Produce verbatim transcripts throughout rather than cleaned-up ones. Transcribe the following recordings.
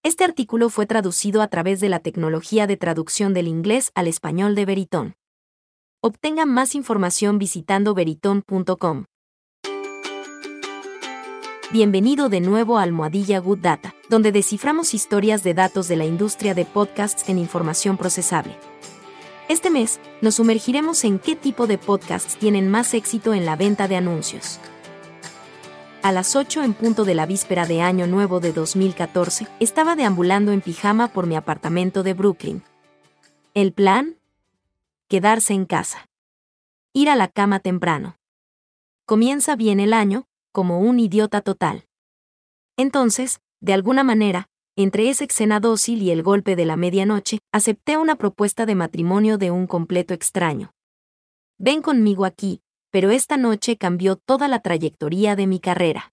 Este artículo fue traducido a través de la tecnología de traducción del inglés al español de Veritón. Obtenga más información visitando veritón punto com. Bienvenido de nuevo a Almohadilla Good Data, donde desciframos historias de datos de la industria de podcasts en información procesable. Este mes, nos sumergiremos en qué tipo de podcasts tienen más éxito en la venta de anuncios. A las ocho en punto de la víspera de Año Nuevo de dos mil catorce, estaba deambulando en pijama por mi apartamento de Brooklyn. ¿El plan? Quedarse en casa. Ir a la cama temprano. Comienza bien el año, como un idiota total. Entonces, de alguna manera, entre esa escena dócil y el golpe de la medianoche, acepté una propuesta de matrimonio de un completo extraño. Ven conmigo aquí, pero esta noche cambió toda la trayectoria de mi carrera.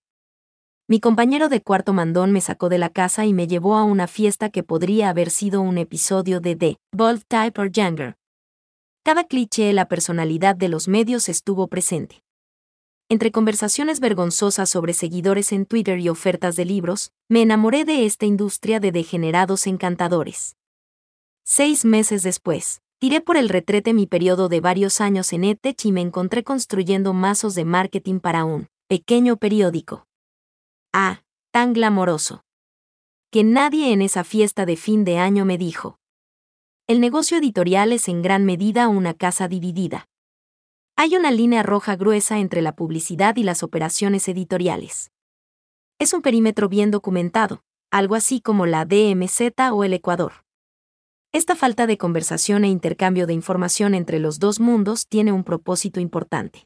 Mi compañero de cuarto mandón me sacó de la casa y me llevó a una fiesta que podría haber sido un episodio de The Bold Type or Younger. Cada cliché de la personalidad de los medios estuvo presente. Entre conversaciones vergonzosas sobre seguidores en Twitter y ofertas de libros, me enamoré de esta industria de degenerados encantadores. Seis meses después, tiré por el retrete mi periodo de varios años en EdTech y me encontré construyendo mazos de marketing para un pequeño periódico. Ah, tan glamoroso. Que nadie en esa fiesta de fin de año me dijo. El negocio editorial es en gran medida una casa dividida. Hay una línea roja gruesa entre la publicidad y las operaciones editoriales. Es un perímetro bien documentado, algo así como la D M Z o el Ecuador. Esta falta de conversación e intercambio de información entre los dos mundos tiene un propósito importante.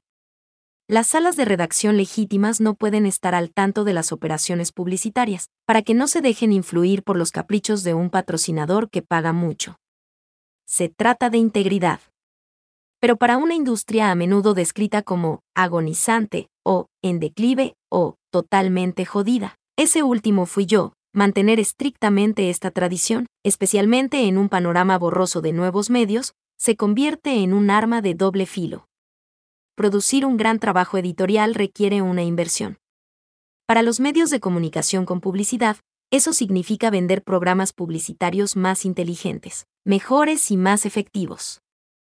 Las salas de redacción legítimas no pueden estar al tanto de las operaciones publicitarias, para que no se dejen influir por los caprichos de un patrocinador que paga mucho. Se trata de integridad. Pero para una industria a menudo descrita como agonizante, o en declive, o totalmente jodida, ese último fui yo. Mantener estrictamente esta tradición, especialmente en un panorama borroso de nuevos medios, se convierte en un arma de doble filo. Producir un gran trabajo editorial requiere una inversión. Para los medios de comunicación con publicidad, eso significa vender programas publicitarios más inteligentes, mejores y más efectivos.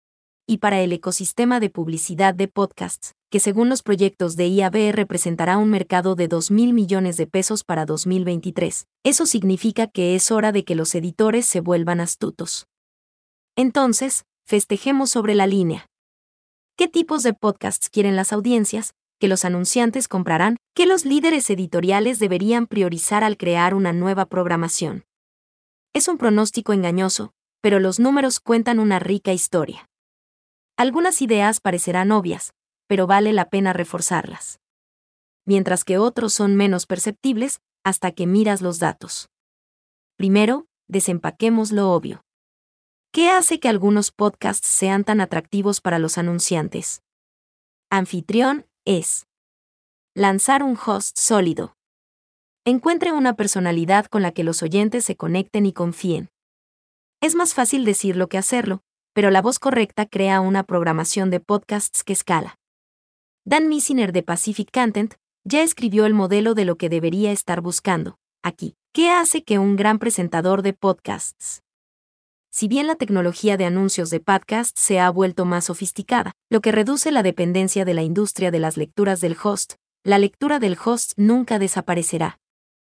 Y para el ecosistema de publicidad de podcasts, que según los proyectos de I A B representará un mercado de dos mil millones de pesos para dos mil veintitrés, eso significa que es hora de que los editores se vuelvan astutos. Entonces, festejemos sobre la línea. ¿Qué tipos de podcasts quieren las audiencias? ¿Qué los anunciantes comprarán? ¿Qué los líderes editoriales deberían priorizar al crear una nueva programación? Es un pronóstico engañoso, pero los números cuentan una rica historia. Algunas ideas parecerán obvias, pero vale la pena reforzarlas. Mientras que otros son menos perceptibles, hasta que miras los datos. Primero, desempaquemos lo obvio. ¿Qué hace que algunos podcasts sean tan atractivos para los anunciantes? Anfitrión es lanzar un host sólido. Encuentre una personalidad con la que los oyentes se conecten y confíen. Es más fácil decirlo que hacerlo, pero la voz correcta crea una programación de podcasts que escala. Dan Misener de Pacific Content ya escribió el modelo de lo que debería estar buscando. Aquí, ¿qué hace que un gran presentador de podcasts? Si bien la tecnología de anuncios de podcasts se ha vuelto más sofisticada, lo que reduce la dependencia de la industria de las lecturas del host, la lectura del host nunca desaparecerá.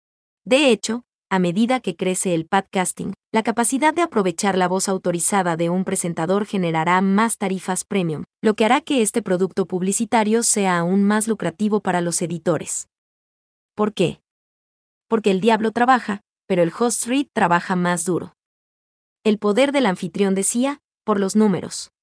De hecho, a medida que crece el podcasting, la capacidad de aprovechar la voz autorizada de un presentador generará más tarifas premium, lo que hará que este producto publicitario sea aún más lucrativo para los editores. ¿Por qué? Porque el diablo trabaja, pero el host read trabaja más duro. El poder del anfitrión decía, por los números.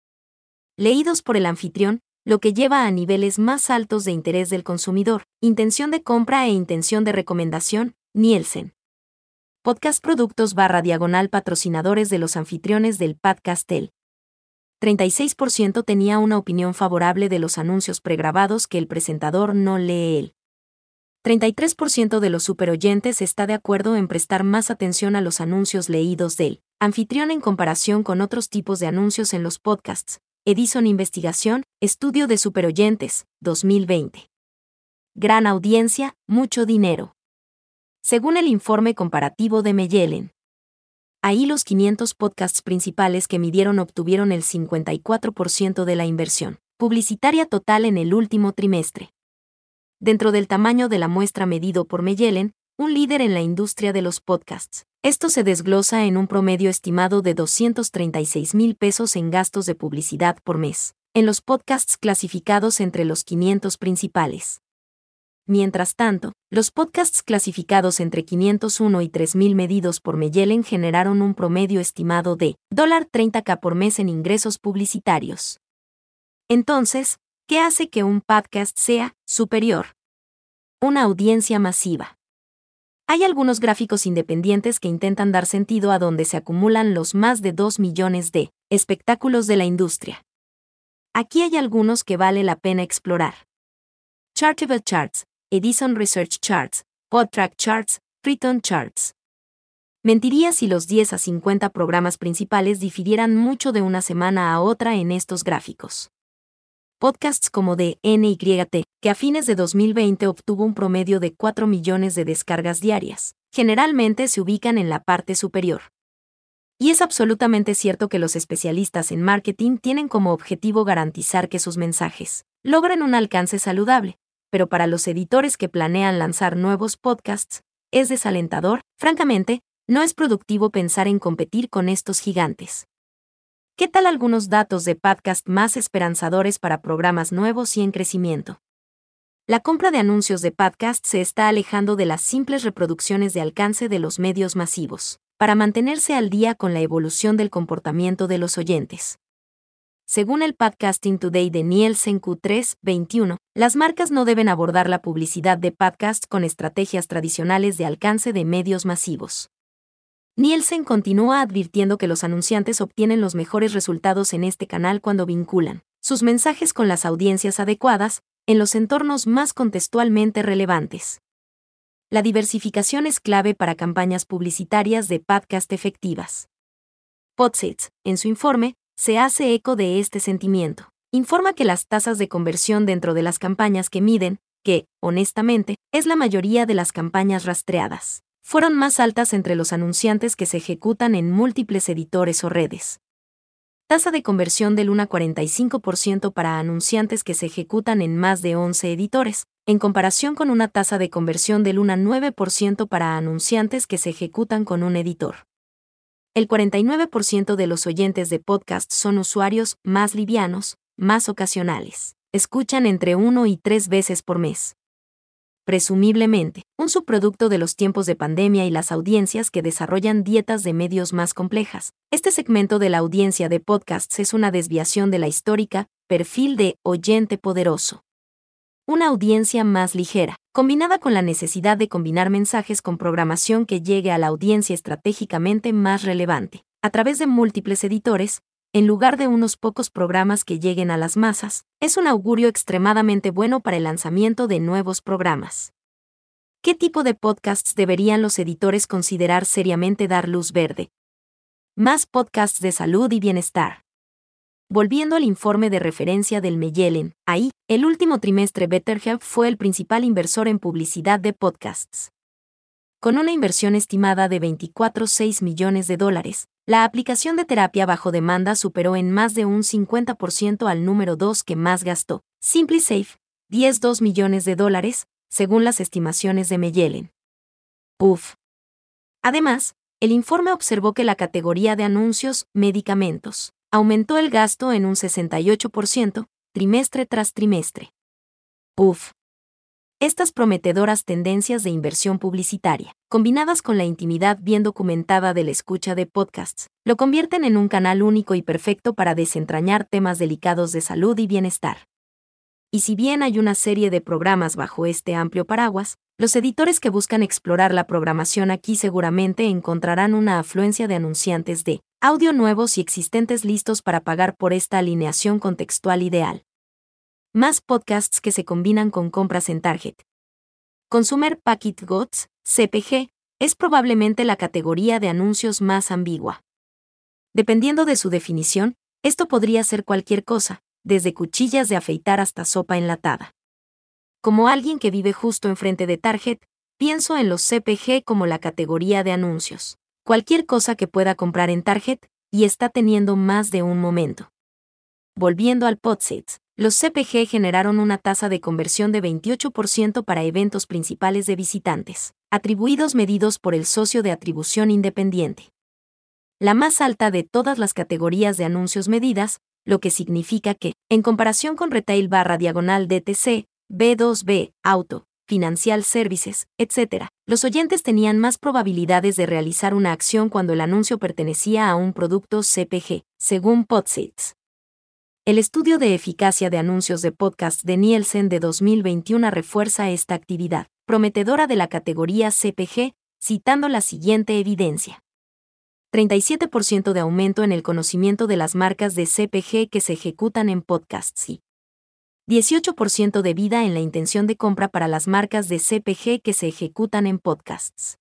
Leídos por el anfitrión, lo que lleva a niveles más altos de interés del consumidor, intención de compra e intención de recomendación, Nielsen. Podcast Productos barra diagonal patrocinadores de los anfitriones del Podcastel. treinta y seis por ciento tenía una opinión favorable de los anuncios pregrabados que el presentador no lee él. treinta y tres por ciento de los superoyentes está de acuerdo en prestar más atención a los anuncios leídos del anfitrión en comparación con otros tipos de anuncios en los podcasts. Edison Investigación, Estudio de Superoyentes, dos mil veinte. Gran audiencia, mucho dinero. según el informe comparativo de Mellelen. Ahí los quinientos podcasts principales que midieron obtuvieron el cincuenta y cuatro por ciento de la inversión publicitaria total en el último trimestre. Dentro del tamaño de la muestra medido por Mellelen, un líder en la industria de los podcasts, esto se desglosa en un promedio estimado de doscientos treinta y seis mil pesos en gastos de publicidad por mes, en los podcasts clasificados entre los quinientos principales. Mientras tanto, los podcasts clasificados entre quinientos uno y tres mil medidos por Mellelen generaron un promedio estimado de treinta mil por mes en ingresos publicitarios. Entonces, ¿qué hace que un podcast sea superior? Una audiencia masiva. Hay algunos gráficos independientes que intentan dar sentido a donde se acumulan los más de dos millones de espectáculos de la industria. Aquí hay algunos que vale la pena explorar. Chartable Charts, Edison Research Charts, PodTrack Charts, Triton Charts. Mentiría si los diez a cincuenta programas principales difirieran mucho de una semana a otra en estos gráficos. Podcasts como de N Y T, que a fines de dos mil veinte obtuvo un promedio de cuatro millones de descargas diarias, generalmente se ubican en la parte superior. Y es absolutamente cierto que los especialistas en marketing tienen como objetivo garantizar que sus mensajes logren un alcance saludable, pero para los editores que planean lanzar nuevos podcasts, es desalentador, francamente, no es productivo pensar en competir con estos gigantes. ¿Qué tal algunos datos de podcast más esperanzadores para programas nuevos y en crecimiento? La compra de anuncios de podcast se está alejando de las simples reproducciones de alcance de los medios masivos, para mantenerse al día con la evolución del comportamiento de los oyentes. Según el Podcasting Today de Nielsen Q tres veintiuno, las marcas no deben abordar la publicidad de podcast con estrategias tradicionales de alcance de medios masivos. Nielsen continúa advirtiendo que los anunciantes obtienen los mejores resultados en este canal cuando vinculan sus mensajes con las audiencias adecuadas, en los entornos más contextualmente relevantes. La diversificación es clave para campañas publicitarias de podcast efectivas. Podsights, en su informe, se hace eco de este sentimiento. Informa que las tasas de conversión dentro de las campañas que miden, que, honestamente, es la mayoría de las campañas rastreadas, fueron más altas entre los anunciantes que se ejecutan en múltiples editores o redes. Tasa de conversión del uno a cuarenta y cinco por ciento para anunciantes que se ejecutan en más de once editores, en comparación con una tasa de conversión del uno a nueve por ciento para anunciantes que se ejecutan con un editor. El cuarenta y nueve por ciento de los oyentes de podcast son usuarios más livianos, más ocasionales. Escuchan entre uno y tres veces por mes. Presumiblemente, un subproducto de los tiempos de pandemia y las audiencias que desarrollan dietas de medios más complejas. Este segmento de la audiencia de podcasts es una desviación de la histórica perfil de oyente poderoso. Una audiencia más ligera, combinada con la necesidad de combinar mensajes con programación que llegue a la audiencia estratégicamente más relevante, a través de múltiples editores, en lugar de unos pocos programas que lleguen a las masas, es un augurio extremadamente bueno para el lanzamiento de nuevos programas. ¿Qué tipo de podcasts deberían los editores considerar seriamente dar luz verde? Más podcasts de salud y bienestar. Volviendo al informe de referencia del Mellelen, ahí, el último trimestre BetterHelp fue el principal inversor en publicidad de podcasts. Con una inversión estimada de veinticuatro punto seis millones de dólares, la aplicación de terapia bajo demanda superó en más de un cincuenta por ciento al número dos que más gastó, SimpliSafe, diez punto dos millones de dólares, según las estimaciones de Mellelen. Uf. Además, el informe observó que la categoría de anuncios, medicamentos, aumentó el gasto en un sesenta y ocho por ciento, trimestre tras trimestre. Uf. Estas prometedoras tendencias de inversión publicitaria, combinadas con la intimidad bien documentada de la escucha de podcasts, lo convierten en un canal único y perfecto para desentrañar temas delicados de salud y bienestar. Y si bien hay una serie de programas bajo este amplio paraguas, los editores que buscan explorar la programación aquí seguramente encontrarán una afluencia de anunciantes de audio nuevos y existentes listos para pagar por esta alineación contextual ideal. Más podcasts que se combinan con compras en Target. Consumer Packaged Goods, C P G, es probablemente la categoría de anuncios más ambigua. Dependiendo de su definición, esto podría ser cualquier cosa, desde cuchillas de afeitar hasta sopa enlatada. Como alguien que vive justo enfrente de Target, Pienso en los C P G como la categoría de anuncios. Cualquier cosa que pueda comprar en Target, y está teniendo más de un momento. Volviendo al Podseeds, los C P G generaron una tasa de conversión de veintiocho por ciento para eventos principales de visitantes, atribuidos medidos por el socio de atribución independiente. La más alta de todas las categorías de anuncios medidas, lo que significa que, en comparación con retail barra diagonal D T C, B dos B, auto, financial services, etcétera, los oyentes tenían más probabilidades de realizar una acción cuando el anuncio pertenecía a un producto C P G, según Podseeds. El estudio de eficacia de anuncios de podcast de Nielsen de dos mil veintiuno refuerza esta actividad prometedora de la categoría C P G, citando la siguiente evidencia. treinta y siete por ciento de aumento en el conocimiento de las marcas de C P G que se ejecutan en podcasts y dieciocho por ciento de vida en la intención de compra para las marcas de C P G que se ejecutan en podcasts.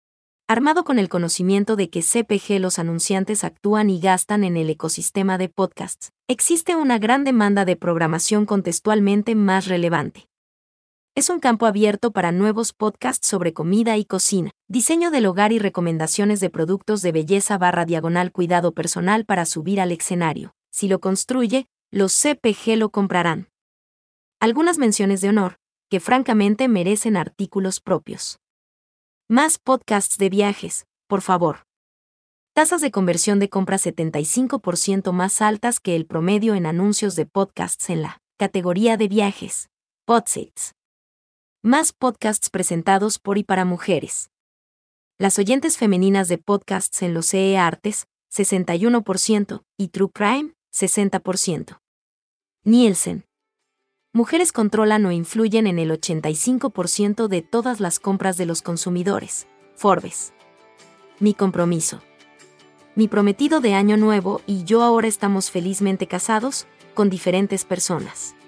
Armado con el conocimiento de que C P G los anunciantes actúan y gastan en el ecosistema de podcasts, existe una gran demanda de programación contextualmente más relevante. Es un campo abierto para nuevos podcasts sobre comida y cocina, diseño del hogar y recomendaciones de productos de belleza barra diagonal cuidado personal para subir al escenario. Si lo construye, los C P G lo comprarán. Algunas menciones de honor, que francamente merecen artículos propios. Más podcasts de viajes, por favor. Tasas de conversión de compra setenta y cinco por ciento más altas que el promedio en anuncios de podcasts en la categoría de viajes. Podseeds. Más podcasts presentados por y para mujeres. Las oyentes femeninas de podcasts en los C E Artes, sesenta y uno por ciento, y True Crime, sesenta por ciento. Nielsen. Mujeres controlan o influyen en el ochenta y cinco por ciento de todas las compras de los consumidores. Forbes. Mi compromiso. Mi prometido de año nuevo y yo ahora estamos felizmente casados, con diferentes personas.